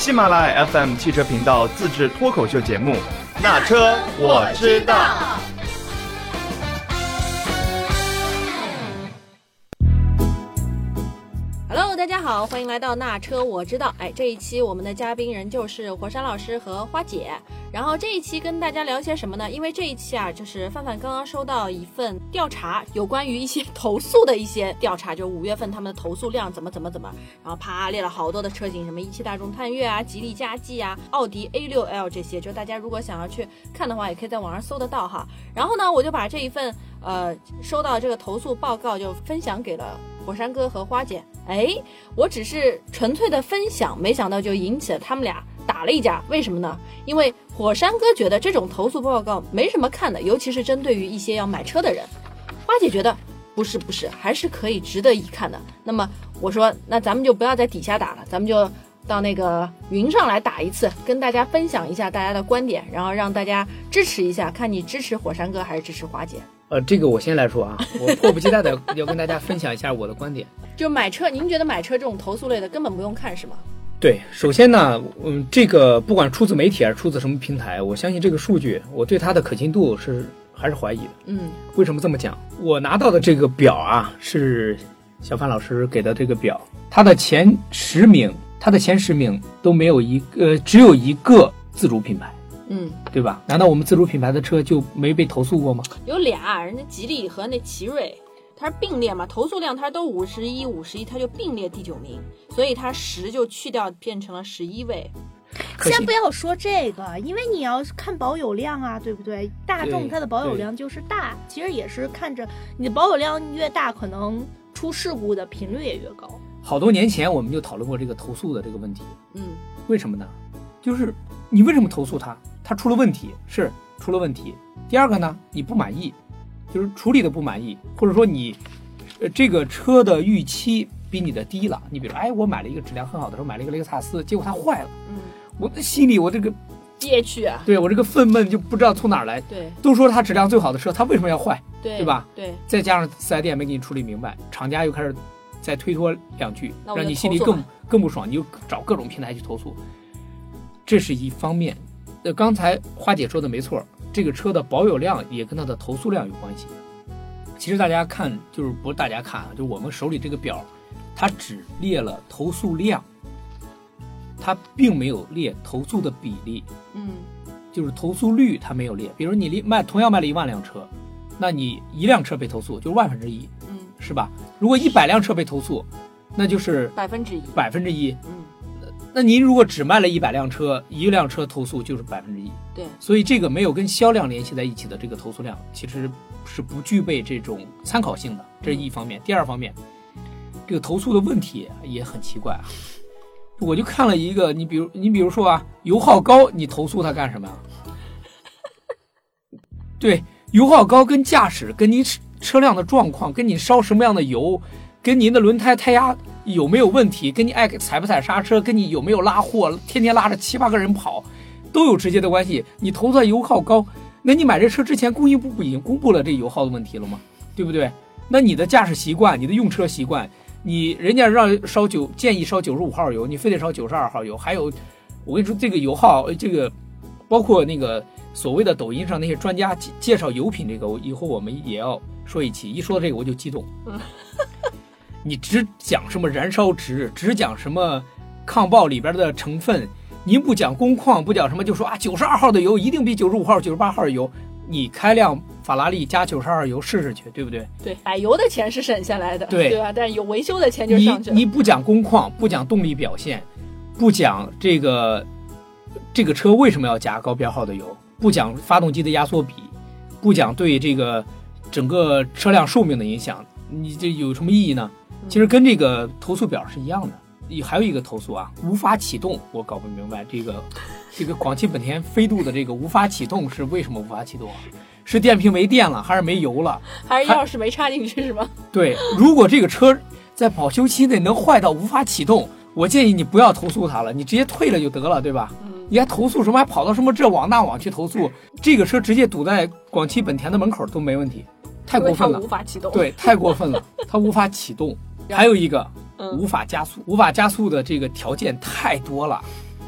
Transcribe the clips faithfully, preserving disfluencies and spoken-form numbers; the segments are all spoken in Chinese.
喜马拉雅 F M 汽车频道自制脱口秀节目《那车我知道》。 Hello， 大家好，欢迎来到那车我知道。哎，这一期我们的嘉宾人就是火山老师和花姐。然后这一期跟大家聊些什么呢？因为这一期啊，就是范范刚刚收到一份调查，有关于一些投诉的一些调查，就五月份他们的投诉量怎么怎么怎么，然后啪列了好多的车型，什么一汽大众探岳啊、吉利嘉际啊、奥迪 A 六 L 这些，就大家如果想要去看的话，也可以在网上搜得到哈。然后呢，我就把这一份呃收到这个投诉报告就分享给了火山哥和花姐。哎，我只是纯粹的分享，没想到就引起了他们俩打了一架。为什么呢？因为火山哥觉得这种投诉报告没什么看的，尤其是针对于一些要买车的人。花姐觉得不是不是，还是可以值得一看的。那么我说，那咱们就不要在底下打了，咱们就到那个云上来打一次，跟大家分享一下大家的观点，然后让大家支持一下，看你支持火山哥还是支持花姐。 呃，这个我先来说啊，我迫不及待的要跟大家分享一下我的观点。 就买车，您觉得买车这种投诉类的根本不用看是吗？ 对，首先呢，嗯，这个不管出自媒体还是出自什么平台，我相信这个数据，我对它的可信度是还是怀疑的。 嗯， 为什么这么讲？我拿到的这个表啊，是小范老师给的这个表，它的前十名，它的前十名都没有一个，呃，只有一个自主品牌。 嗯， 对吧？难道我们自主品牌的车就没被投诉过吗？ 有俩，人家吉利和那奇瑞，它是并列嘛，投诉量它都五十一、五十一，它就并列第九名，所以它十就去掉，变成了十一位。 先不要说这个，因为你要看保有量啊，对不对？大众它的保有量就是大，其实也是看着你的保有量越大，可能出事故的频率也越高。 好多年前我们就讨论过这个投诉的这个问题。 嗯， 为什么呢？就是你为什么投诉他？他出了问题，是出了问题。第二个呢，你不满意，就是处理的不满意，或者说你，呃，这个车的预期比你的低了。你比如说，哎，我买了一个质量很好的车，买了一个雷克萨斯，结果它坏了， 嗯， 我的心里我这个憋屈啊， 对我这个愤懑就不知道从哪儿来。 对， 都说它质量最好的车，它为什么要坏？ 对， 对吧？ 对， 再加上四 S 店没给你处理明白，厂家又开始再推脱两句，让你心里更更不爽，你就找各种平台去投诉。这是一方面。呃，刚才花姐说的没错，这个车的保有量也跟它的投诉量有关系。其实大家看，就是不是大家看啊，就我们手里这个表，它只列了投诉量，它并没有列投诉的比例。 嗯， 就是投诉率它没有列。比如你卖同样卖了一万辆车，那你一辆车被投诉就是万分之一， 嗯， 是吧？如果一百辆车被投诉，那就是百分之一， 百分之一， 嗯。 那您如果只卖了一百辆车，一辆车投诉就是百分之一， 对， 所以这个没有跟销量联系在一起的这个投诉量，其实是不具备这种参考性的，这是一方面。第二方面，这个投诉的问题也很奇怪啊。我就看了一个，你比如你比如说啊，油耗高，你投诉它干什么呀？对，油耗高跟驾驶、跟你车辆的状况、跟你烧什么样的油、跟您的轮胎胎压有没有问题，跟你爱踩不踩刹车，跟你有没有拉货，天天拉着七八个人跑，都有直接的关系。你投诉油耗高，那你买这车之前工信部不已经公布了这油耗的问题了吗？对不对？那你的驾驶习惯，你的用车习惯，你人家让烧九建议烧九十五号油，你非得烧九十二号油。还有我跟你说，这个油耗，这个包括那个所谓的抖音上那些专家介绍油品，这个以后我们也要说一期，一说这个我就激动。嗯，你只讲什么燃烧值，只讲什么抗爆里边的成分，您不讲工况，不讲什么，就说啊九十二号的油一定比九十五号、九十八号的油，你开辆法拉利加九十二油试试去，对不对？ 对，买油的钱是省下来的， 对对吧？但是有维修的钱就上去了。 你你不讲工况，不讲动力表现，不讲这个这个车为什么要加高标号的油，不讲发动机的压缩比，不讲对这个整个车辆寿命的影响，你这有什么意义呢？其实跟这个投诉表是一样的。还有一个投诉啊，无法启动，我搞不明白这个这个广汽本田飞度的这个无法启动是为什么无法启动啊？是电瓶没电了，还是没油了， 还是钥匙没插进去是吗？ 对，如果这个车在保修期内能坏到无法启动，我建议你不要投诉它了，你直接退了就得了，对吧？嗯，你还投诉什么？还跑到什么这网那网去投诉？这个车直接堵在广汽本田的门口都没问题，太过分了， 无法启动。 对，太过分了，它无法启动。还有一个、嗯、无法加速，无法加速的这个条件太多了。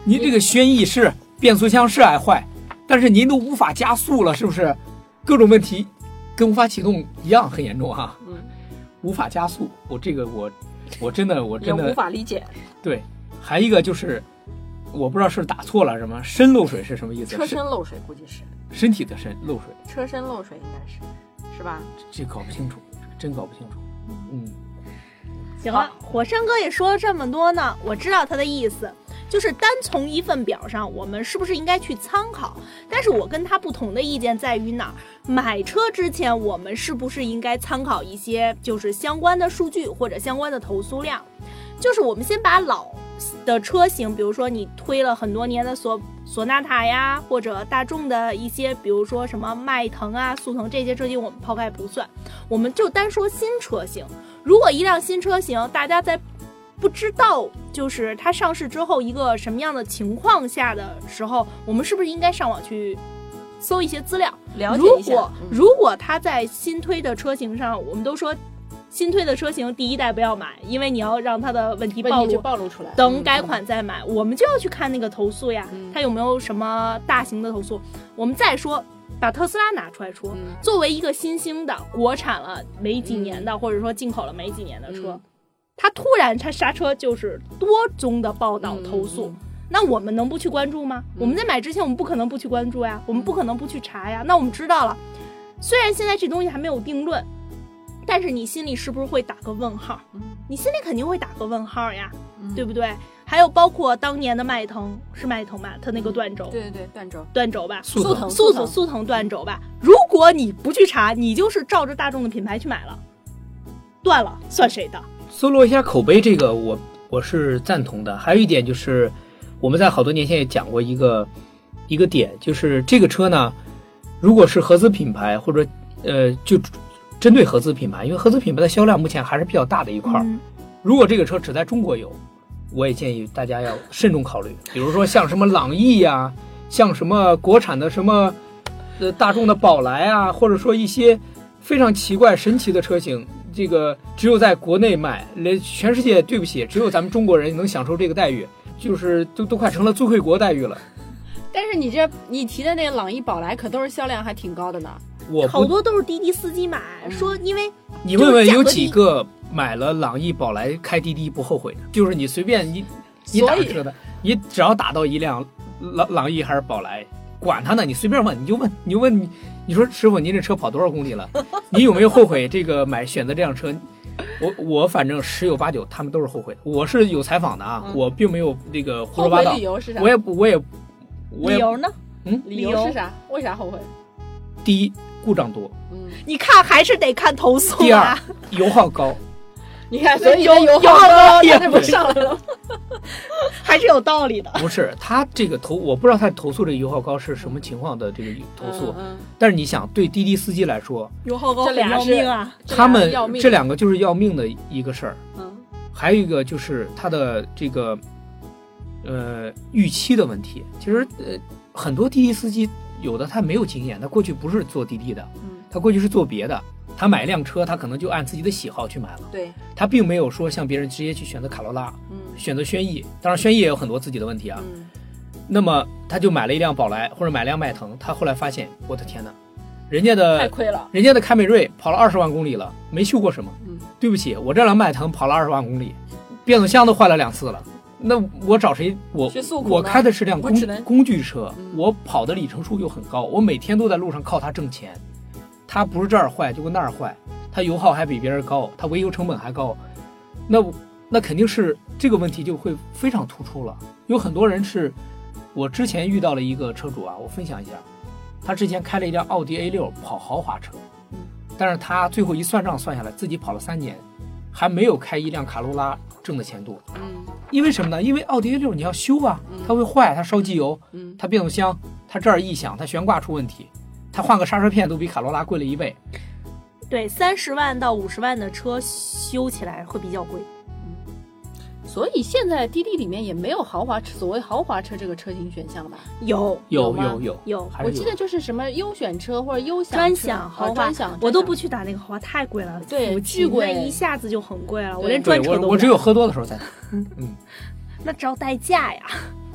您这个轩逸是变速箱是爱坏，但是您都无法加速了，是不是？各种问题跟无法启动一样很严重哈。 嗯， 无法加速，我这个我我真的我真的也无法理解。 对，还一个就是我不知道是打错了什么，身漏水是什么意思？ 车身漏水估计是身体的身漏水， 车身漏水应该是是吧？ 这搞不清楚，真搞不清楚。嗯， 行了，火山哥也说了这么多呢，我知道他的意思，就是单从一份表上，我们是不是应该去参考？但是我跟他不同的意见在于哪儿？买车之前，我们是不是应该参考一些就是相关的数据或者相关的投诉量？就是我们先把老的车型，比如说你推了很多年的索索纳塔呀，或者大众的一些，比如说什么迈腾啊、速腾这些车型，我们抛开不算，我们就单说新车型。如果一辆新车型，大家在不知道就是它上市之后一个什么样的情况下的时候，我们是不是应该上网去搜一些资料， 了解一下？ 如果、嗯、如果它在新推的车型上，我们都说新推的车型第一代不要买，因为你要让它的问题暴露暴露出来， 等改款再买、嗯、我们就要去看那个投诉呀、嗯、它有没有什么大型的投诉。我们再说把特斯拉拿出来说、嗯、作为一个新兴的国产了没几年的、嗯、或者说进口了没几年的车、嗯、它突然它刹车就是多宗的报道投诉、嗯嗯、那我们能不去关注吗、嗯、我们在买之前我们不可能不去关注呀，我们不可能不去查呀。那我们知道了，虽然现在这东西还没有定论，但是你心里是不是会打个问号？嗯、你心里肯定会打个问号呀、嗯、对不对？还有包括当年的迈腾，是迈腾吧，它那个断轴、 嗯、对对对，断轴断轴吧， 速腾速腾速腾断轴吧。如果你不去查，你就是照着大众的品牌去买了，断了算谁的？ 搜罗一下口碑，这个我我是赞同的。还有一点就是，我们在好多年前也讲过一个一个点，就是这个车呢，如果是合资品牌或者呃就针对合资品牌，因为合资品牌的销量目前还是比较大的一块、嗯、如果这个车只在中国有，我也建议大家要慎重考虑，比如说像什么朗逸呀、啊，像什么国产的什么呃大众的宝来啊，或者说一些非常奇怪神奇的车型，这个只有在国内卖，全世界对不起，只有咱们中国人能享受这个待遇，就是都都快成了最惠国待遇了。 但是你这你提的那个朗逸宝来可都是销量还挺高的呢， 我好多都是滴滴司机买、嗯、说因为你问问有几个买了朗逸宝来开滴滴不后悔的？就是你随便你你打车的，你只要打到一辆朗朗逸还是宝来，管他呢，你随便问，你就问，你就问你，你说师傅，您这车跑多少公里了？你有没有后悔这个买选择这辆车？我我反正十有八九他们都是后悔的。我是有采访的啊，嗯、我并没有这个胡说八道。 理由是啥？ 我也不，我也，我也理由呢？ 嗯， 理由是啥？为啥后悔？ 第一，故障多。 嗯， 你看还是得看投诉、啊。 第二，油耗高。 你看，所以油油耗高也是不上来了， 还是有道理的。 不是他这个投，我不知道他投诉这个油耗高是什么情况的这个投诉。 嗯嗯、 但是你想，对滴滴司机来说， 油耗高很要命啊！ 他们这两个就是要命的一个事儿。 嗯， 还有一个就是他的这个呃预期的问题。其实呃很多滴滴司机有的他没有经验，他过去不是做滴滴的， 嗯， 他过去是做别的。他买一辆车，他可能就按自己的喜好去买了， 对， 他并没有说像别人直接去选择卡罗拉， 嗯， 选择轩逸。当然，轩逸也有很多自己的问题啊。 嗯， 那么他就买了一辆宝来或者买辆迈腾，他后来发现，我的天哪，人家的太亏了， 人家的凯美瑞跑了二十万公里了，没修过什么。 嗯， 对不起，我这辆迈腾跑了二十万公里，变速箱都坏了两次了。那我找谁？我我开的是辆工工具车， 嗯， 我跑的里程数又很高，我每天都在路上靠它挣钱。它不是这儿坏就跟那儿坏，它油耗还比别人高，它维修成本还高，那那肯定是这个问题就会非常突出了。有很多人是，我之前遇到了一个车主啊，我分享一下，他之前开了一辆奥迪 A 六跑豪华车， 嗯， 但是他最后一算账算下来，自己跑了三年，还没有开一辆卡罗拉挣的钱多。 嗯， 因为什么呢？因为奥迪 A 六你要修啊，它会坏，它烧机油， 嗯， 它变速箱，它这儿异响，它悬挂出问题。他换个刹车片都比卡罗拉贵了一倍， 对，三十万到五十万的车修起来会比较贵。 嗯，所以现在滴滴里面也没有豪华车，所谓豪华车这个车型选项吧？ 有有有有有， 我记得就是什么优选车或者优享专享豪华， 专享我都不去打那个豪华，太贵了， 对，巨贵， 一下子就很贵了，我连专车都我我只有喝多的时候才打。嗯嗯， 那只要代驾呀。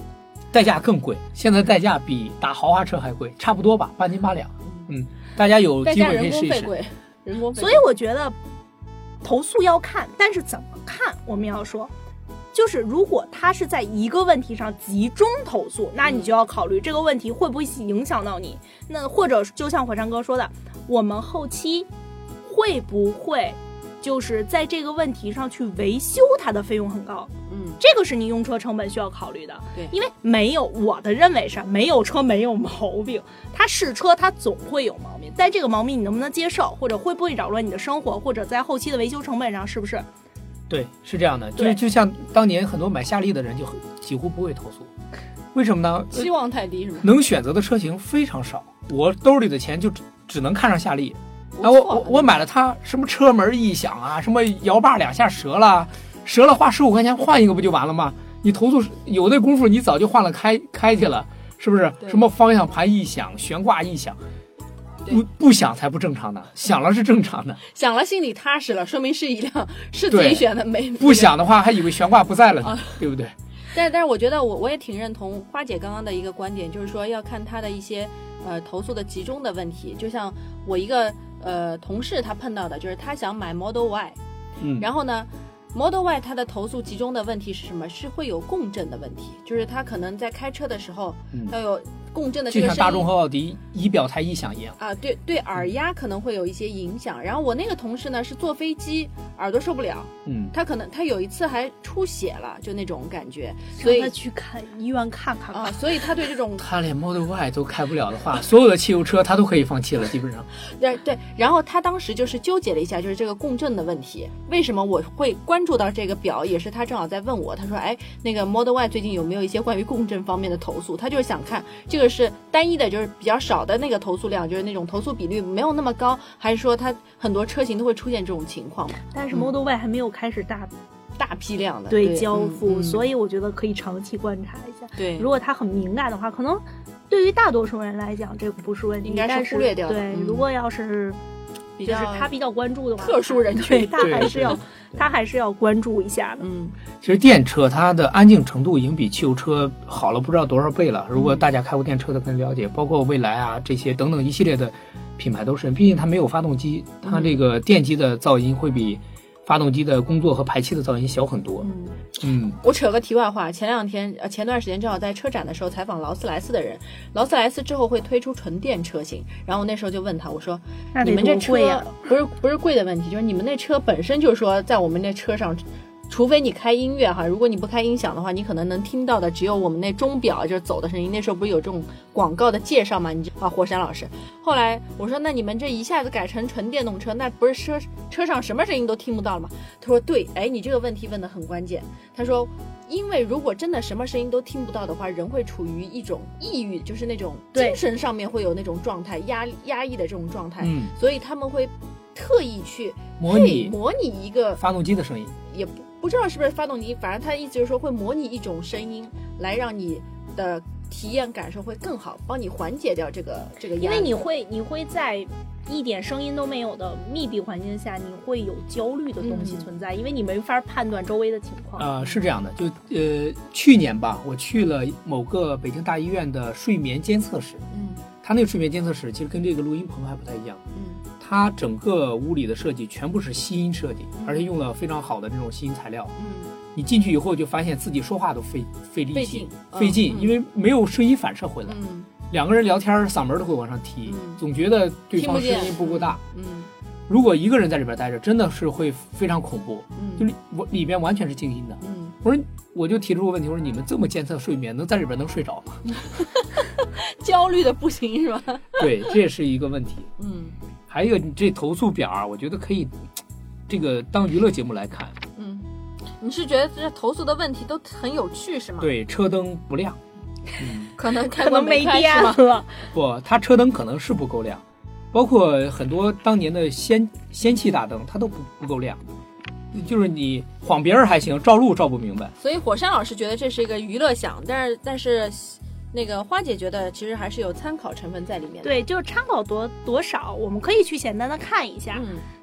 代价更贵，现在代价比打豪华车还贵，差不多吧，半斤八两。嗯，大家有机会可以试一试。 人工费贵，人工费贵。 所以我觉得投诉要看，但是怎么看我们要说。就是如果他是在一个问题上集中投诉，那你就要考虑这个问题会不会影响到你。那或者就像火山哥说的，我们后期会不会就是在这个问题上去维修，它的费用很高。 嗯， 这个是你用车成本需要考虑的。 对， 因为没有我的认为是没有车没有毛病，它是车它总会有毛病，在这个毛病你能不能接受，或者会不会扰乱你的生活，或者在后期的维修成本上是不是？ 对，是这样的，就是就像当年很多买夏利的人就几乎不会投诉，为什么呢？ 期望太低是吧？ 能选择的车型非常少，我兜里的钱就只只能看上夏利。然后我我我买了它，什么车门异响啊，什么摇把两下折了，折了花十五块钱换一个不就完了吗？你投诉有那功夫，你早就换了开开去了，是不是？什么方向盘异响、悬挂异响。不不想才不正常的，想了是正常的， 想了心里踏实了，说明是一辆是自己选的，没不想的话还以为悬挂不在了呢，啊、对不对？ 但但是我觉得我我也挺认同花姐刚刚的一个观点，就是说要看她的一些呃投诉的集中的问题。就像我一个呃同事他碰到的，就是他想买 Model Y， 嗯，然后呢 Model Y 它的投诉集中的问题是什么？是会有共振的问题，就是他可能在开车的时候要有。共振的这个声音， 就像大众和奥迪仪表台异响一样啊，对对，耳压可能会有一些影响。然后我那个同事呢是坐飞机耳朵受不了，嗯，他可能他有一次还出血了，就那种感觉，所以他去看医院看看啊。所以他对这种他连 Model Y 都开不了的话，所有的汽油车他都可以放弃了，基本上。 对对，然后他当时就是纠结了一下，就是这个共振的问题。为什么我会关注到这个表？也是他正好在问我，他说：“哎，那个 Model Y 最近有没有一些关于共振方面的投诉？”他就是想看这个是单一的。就是比较少的那个投诉量，就是那种投诉比率没有那么高，还是说它很多车型都会出现这种情况嘛？ 但是 Model Y 还没有开始大、嗯、 大批量的对交付、 嗯嗯， 所以我觉得可以长期观察一下。 对， 如果它很敏感的话，可能对于大多数人来讲这个不是问题， 应该是忽略掉的。 对、嗯，如果要是就是他比较关注的话， 特殊人群， 他还是要他还是要关注一下的。 嗯， 其实电车它的安静程度已经比汽油车好了不知道多少倍了。如果大家开过电车的更了解，包括蔚来啊这些等等一系列的品牌都是，毕竟它没有发动机，它这个电机的噪音会比发动机的工作和排气的噪音小很多。 嗯嗯， 我扯个题外话，前两天呃前段时间正好在车展的时候采访劳斯莱斯的人，劳斯莱斯之后会推出纯电车型，然后我那时候就问他，我说你们这车不是不是贵的问题，就是你们那车本身就是说在我们那车上。除非你开音乐哈，如果你不开音响的话，你可能能听到的只有我们那钟表就是走的声音。那时候不是有这种广告的介绍吗？你啊，火山老师。后来我说，那你们这一下子改成纯电动车，那不是车车上什么声音都听不到了吗？他说对，哎，你这个问题问得很关键。他说，因为如果真的什么声音都听不到的话，人会处于一种抑郁，就是那种精神上面会有那种状态，压压抑的这种状态，嗯，所以他们会特意去模拟模拟一个发动机的声音， 也不。不知道是不是发动机，反正他的意思就是说会模拟一种声音来让你的体验感受会更好，帮你缓解掉这个这个压力。 因为你会你会在一点声音都没有的密闭环境下，你会有焦虑的东西存在，嗯、因为你没法判断周围的情况。 啊、呃，是这样的，就呃去年吧，我去了某个北京大医院的睡眠监测室，嗯，他那个睡眠监测室其实跟这个录音棚还不太一样，嗯。它整个屋里的设计全部是吸音设计，而且用了非常好的这种吸音材料。嗯，你进去以后就发现自己说话都费费力气、费劲，嗯、因为没有声音反射回来。嗯，两个人聊天嗓门都会往上提，嗯、总觉得对方声音不够大。嗯，如果一个人在里边待着，真的是会非常恐怖。嗯，就我里边完全是静音的。嗯，我说我就提出个问题，我说你们这么监测睡眠，能在里边能睡着吗？ 焦虑的不行是吧？ 对，这也是一个问题。嗯。还有你这投诉表啊，我觉得可以，这个当娱乐节目来看。 嗯，你是觉得这投诉的问题都很有趣是吗？ 对，车灯不亮， 嗯，可能开可能没电了。 不，它车灯可能是不够亮，包括很多当年的氙氙气大灯，它都不不够亮。就是你晃别人还行，照路照不明白。 所以火山老师觉得这是一个娱乐项，但是但是。那个花姐觉得其实还是有参考成分在里面的。 对，就是参考多多少，我们可以去简单的看一下。嗯，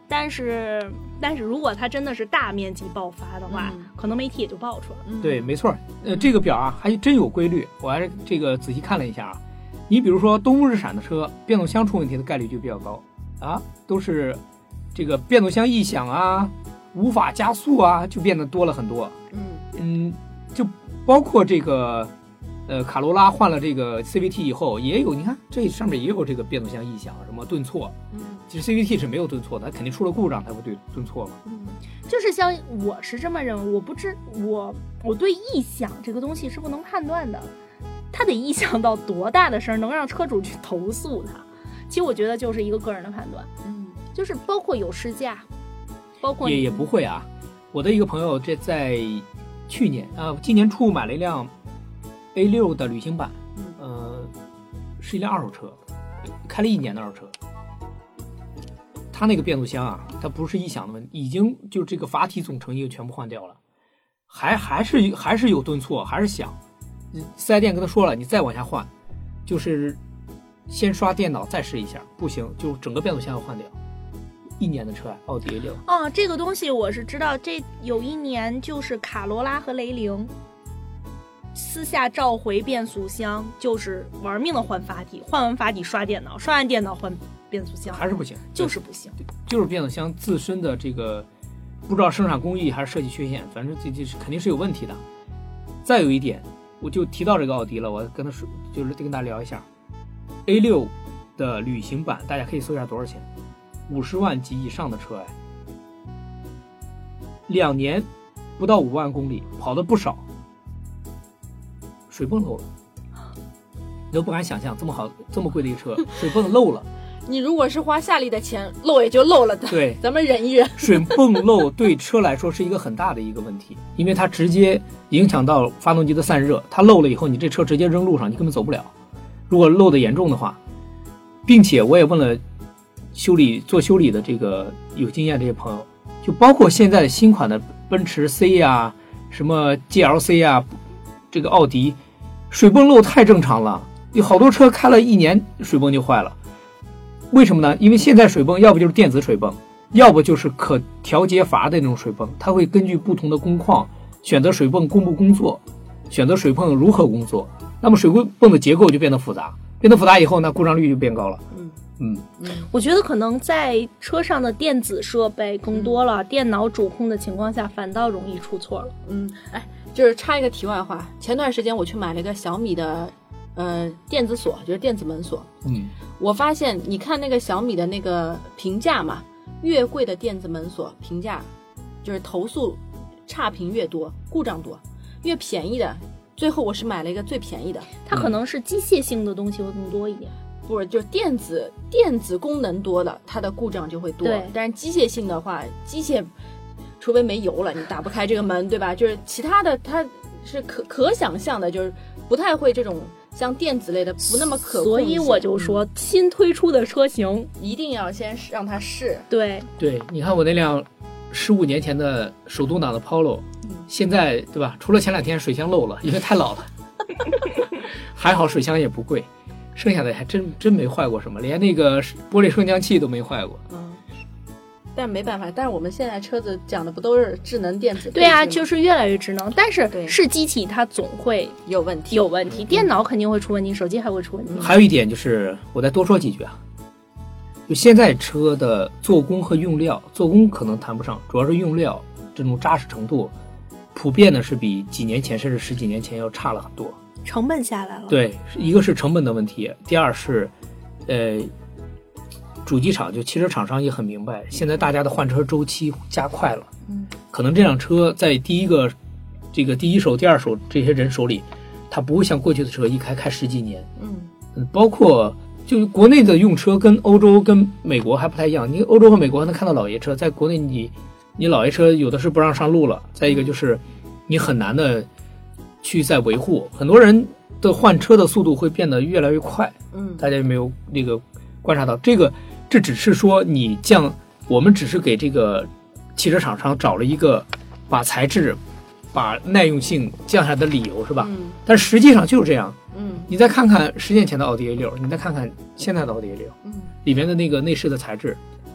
但是但是如果它真的是大面积爆发的话， 嗯、 可能媒体也就爆出来了。 嗯、 对，没错。呃，这个表啊还真有规律，我还是这个仔细看了一下啊。你比如说东风日产的车，变速箱出问题的概率就比较高啊，都是这个变速箱异响啊，无法加速啊，就变得多了很多。 嗯嗯，就包括这个呃卡罗拉换了这个 C V T 以后，也有你看这上面也有这个变速箱异响，什么顿挫。 嗯， 其实 C V T 是没有顿挫的，它肯定出了故障才会对顿挫嘛。 嗯， 就是像我是这么认为，我不知我我对异响这个东西是不能判断的，它得异响到多大的声能让车主去投诉它。其实我觉得就是一个个人的判断， 嗯， 就是包括有试驾，包括也也不会啊。我的一个朋友这在去年啊、呃，今年初买了一辆 A 六 的旅行版，呃，是一辆二手车，开了一年的二手车。他那个变速箱啊，它不是异响的问题，已经就这个阀体总成液全部换掉了，还还是还是有顿挫，还是响。四 S 店跟他说了，你再往下换，就是先刷电脑再试一下，不行就整个变速箱要换掉。一年的车，奥迪 A 六。 哦，这个东西我是知道，这有一年就是卡罗拉和雷凌私下召回变速箱，就是玩命的换阀体，换完阀体刷电脑，刷完电脑换变速箱， 还是不行， 就是不行， 就是变速箱自身的这个不知道生产工艺还是设计缺陷，反正这这是肯定是有问题的。再有一点，我就提到这个奥迪了，我跟他说，就是跟大家聊一下 A 六 的旅行版，大家可以搜一下多少钱，五十万及以上的车哎，两年不到五万公里，跑的不少，水泵漏了，你都不敢想象这么好这么贵的一个车，水泵漏了。 你如果是花夏利的钱，漏也就漏了的。 对， 咱们忍一忍。 水泵漏对车来说是一个很大的一个问题，因为它直接影响到发动机的散热，它漏了以后，你这车直接扔路上，你根本走不了。如果漏得严重的话，并且我也问了修理做修理的这个有经验这些朋友，就包括现在新款的奔驰 C 呀、什么 G L C 呀、这个奥迪，水泵漏太正常了，有好多车开了一年水泵就坏了。为什么呢？因为现在水泵要不就是电子水泵，要不就是可调节阀的那种水泵，它会根据不同的工况选择水泵工不工作，选择水泵如何工作，那么水泵的结构就变得复杂，变得复杂以后呢，故障率就变高了。 嗯嗯， 我觉得可能在车上的电子设备更多了，嗯、电脑主控的情况下，反倒容易出错了。 嗯，哎，就是插一个题外话，前段时间我去买了一个小米的呃电子锁，就是电子门锁。 嗯， 我发现你看那个小米的那个评价嘛，越贵的电子门锁评价就是投诉差评越多，故障多；越便宜的，最后我是买了一个最便宜的。 它可能是机械性的东西会更多一点。 不是，就是电子电子功能多的，它的故障就会多。 对， 但是机械性的话，机械除非没油了，你打不开这个门，对吧？就是其他的，它是可可想象的，就是不太会这种像电子类的不那么可控。 所以我就说，新推出的车型一定要先让它试。 对对，你看我那辆十五年前的手动挡的 Polo，、嗯、现在对吧？除了前两天水箱漏了，因为太老了，还好水箱也不贵。剩下的还真真没坏过什么，连那个玻璃升降器都没坏过。 嗯，但没办法，但是我们现在车子讲的不都是智能电子？ 对啊，就是越来越智能，但是是机体它总会有问题， 有问题，电脑肯定会出问题，手机还会出问题。 还有一点就是，我再多说几句啊，就现在车的做工和用料，做工可能谈不上，主要是用料这种扎实程度，普遍的是比几年前甚至十几年前要差了很多。 成本下来了， 对，一个是成本的问题，第二是，呃，主机厂就汽车厂商也很明白，现在大家的换车周期加快了， 嗯， 可能这辆车在第一个这个第一手、第二手这些人手里，它不会像过去的车一开开十几年， 嗯嗯，包括就国内的用车跟欧洲跟美国还不太一样，你欧洲和美国还能看到老爷车，在国内你你老爷车有的是不让上路了，再一个就是你很难的去再维护，很多人的换车的速度会变得越来越快。 嗯， 大家有没有那个观察到这个？这只是说你降，我们只是给这个汽车厂商找了一个把材质、把耐用性降下来的理由，是吧？ 嗯。 但实际上就是这样。 嗯。 你再看看十年前的奥迪 A 六，你再看看现在的奥迪 A 六， 嗯， 里面的那个内饰的材质，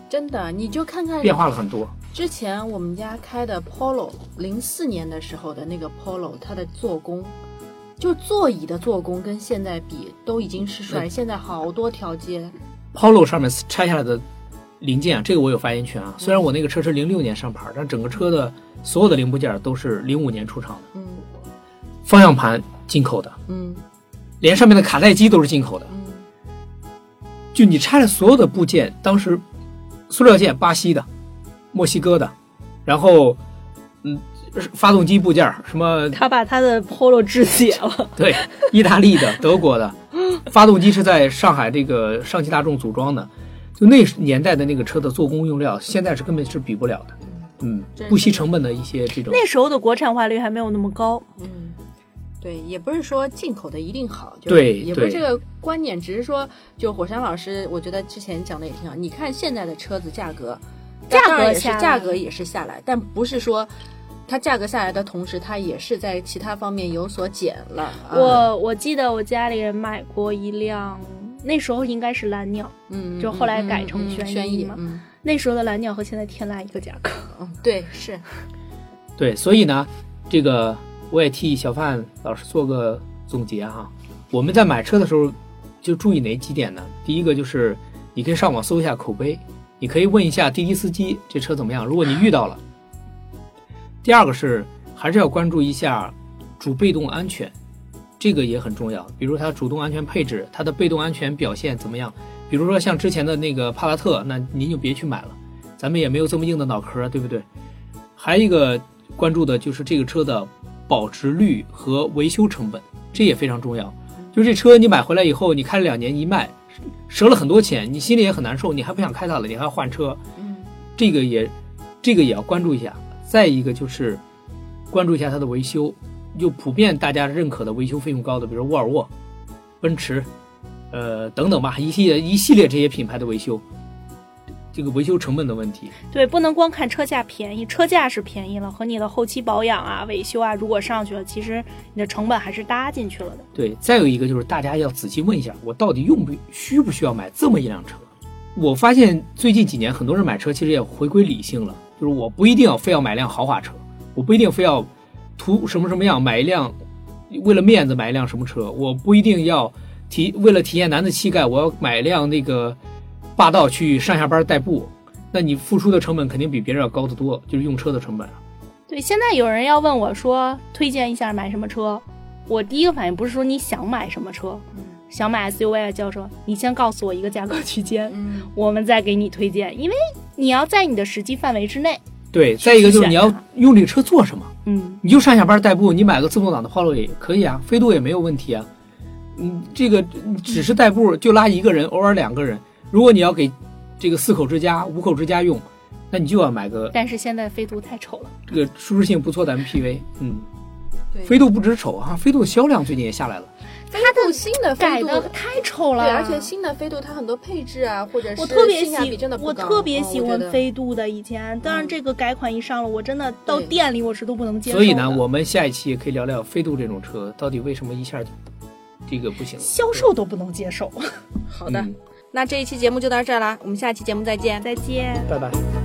真的，你就看看变化了很多。 之前我们家开的 Polo， 零四年的时候的那个 Polo， 它的做工，就座椅的做工跟现在比都已经是甩现在好多条街。 Polo 上面拆下来的零件，这个我有发言权啊。虽然我那个车是零六年上牌，但整个车的所有的零部件都是零五年出厂的。 嗯， 方向盘进口的， 嗯， 连上面的卡带机都是进口的。 嗯， 就你拆了所有的部件，当时塑料件巴西的、墨西哥的，然后嗯，发动机部件什么， 他把他的 Polo 肢解了。 对，意大利的、德国的，发动机是在上海这个上汽大众组装的。就那年代的那个车的做工用料，现在是根本是比不了的。嗯，不惜成本的一些这种。 那时候的国产化率还没有那么高。 嗯，对，也不是说进口的一定好，就对， 也不是这个观念，只是说，就火山老师，我觉得之前讲的也挺好。你看现在的车子价格， 价格也是下来价格也是下来，但不是说它价格下来的同时，它也是在其他方面有所减了。 我、 嗯、 我记得我家里人买过一辆。那时候应该是蓝鸟， 嗯， 就后来改成轩逸嘛。 嗯嗯嗯、 那时候的蓝鸟和现在天籁一个价格。 嗯，对，是， 对，所以呢，这个我也替小范老师做个总结哈。我们在买车的时候就注意哪几点呢？第一个就是你可以上网搜一下口碑，你可以问一下滴滴司机这车怎么样，如果你遇到了。第二个是还是要关注一下主被动安全。这个也很重要，比如它主动安全配置，它的被动安全表现怎么样？比如说像之前的那个帕萨特，那您就别去买了，咱们也没有这么硬的脑壳，对不对？还有一个关注的就是这个车的保值率和维修成本，这也非常重要。就这车你买回来以后，你开了两年一卖，折了很多钱，你心里也很难受，你还不想开它了，你还要换车，这个也这个也要关注一下。再一个就是关注一下它的维修。就普遍大家认可的维修费用高的，比如沃尔沃、奔驰，呃等等吧，一系列一系列这些品牌的维修，这个维修成本的问题。 对，不能光看车价便宜，车价是便宜了，和你的后期保养啊、维修啊，如果上去了，其实你的成本还是搭进去了的。 对，再有一个就是大家要仔细问一下，我到底用不需不需要买这么一辆车？我发现最近几年很多人买车其实也回归理性了，就是我不一定要非要买辆豪华车，我不一定非要图什么什么样买一辆，为了面子买一辆什么车，我不一定要体为了体验男的气概，我要买一辆那个霸道去上下班代步，那你付出的成本肯定比别人要高得多，就是用车的成本。 对，现在有人要问我说推荐一下买什么车，我第一个反应不是说你想买什么车，嗯、想买 S U V 轿车，你先告诉我一个价格区间，嗯、我们再给你推荐，因为你要在你的实际范围之内。 对，再一个就是你要用这个车做什么， 嗯， 你就上下班代步，你买个自动挡的 Polo 也可以啊，飞度也没有问题啊。嗯，这个只是代步，就拉一个人，偶尔两个人。如果你要给这个四口之家、五口之家用，那你就要买个。 但是现在飞度太丑了， 这个舒适性不错的 M P V， 嗯，对，飞度不止丑啊，飞度的销量最近也下来了。 它的新的改的太丑了， 对，而且新的飞度它很多配置啊，或者是我特别喜我特别喜欢飞度的以前，当然这个改款一上了，我真的到店里我是都不能接受的。 所以呢，我们下一期也可以聊聊飞度这种车到底为什么一下这个不行， 销售都不能接受。 好的，嗯、那这一期节目就到这儿了，我们下期节目再见， 再见， 拜拜。